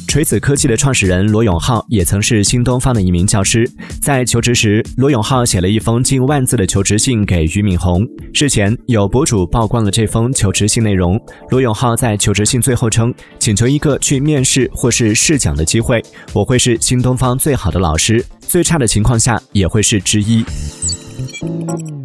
锤子科技的创始人罗永浩也曾是新东方的一名教师。在求职时，罗永浩写了一封近万字的求职信给俞敏洪。事前有博主曝光了这封求职信内容。罗永浩在求职信最后称，请求一个去面试或是试讲的机会，我会是新东方最好的老师，最差的情况下也会是之一。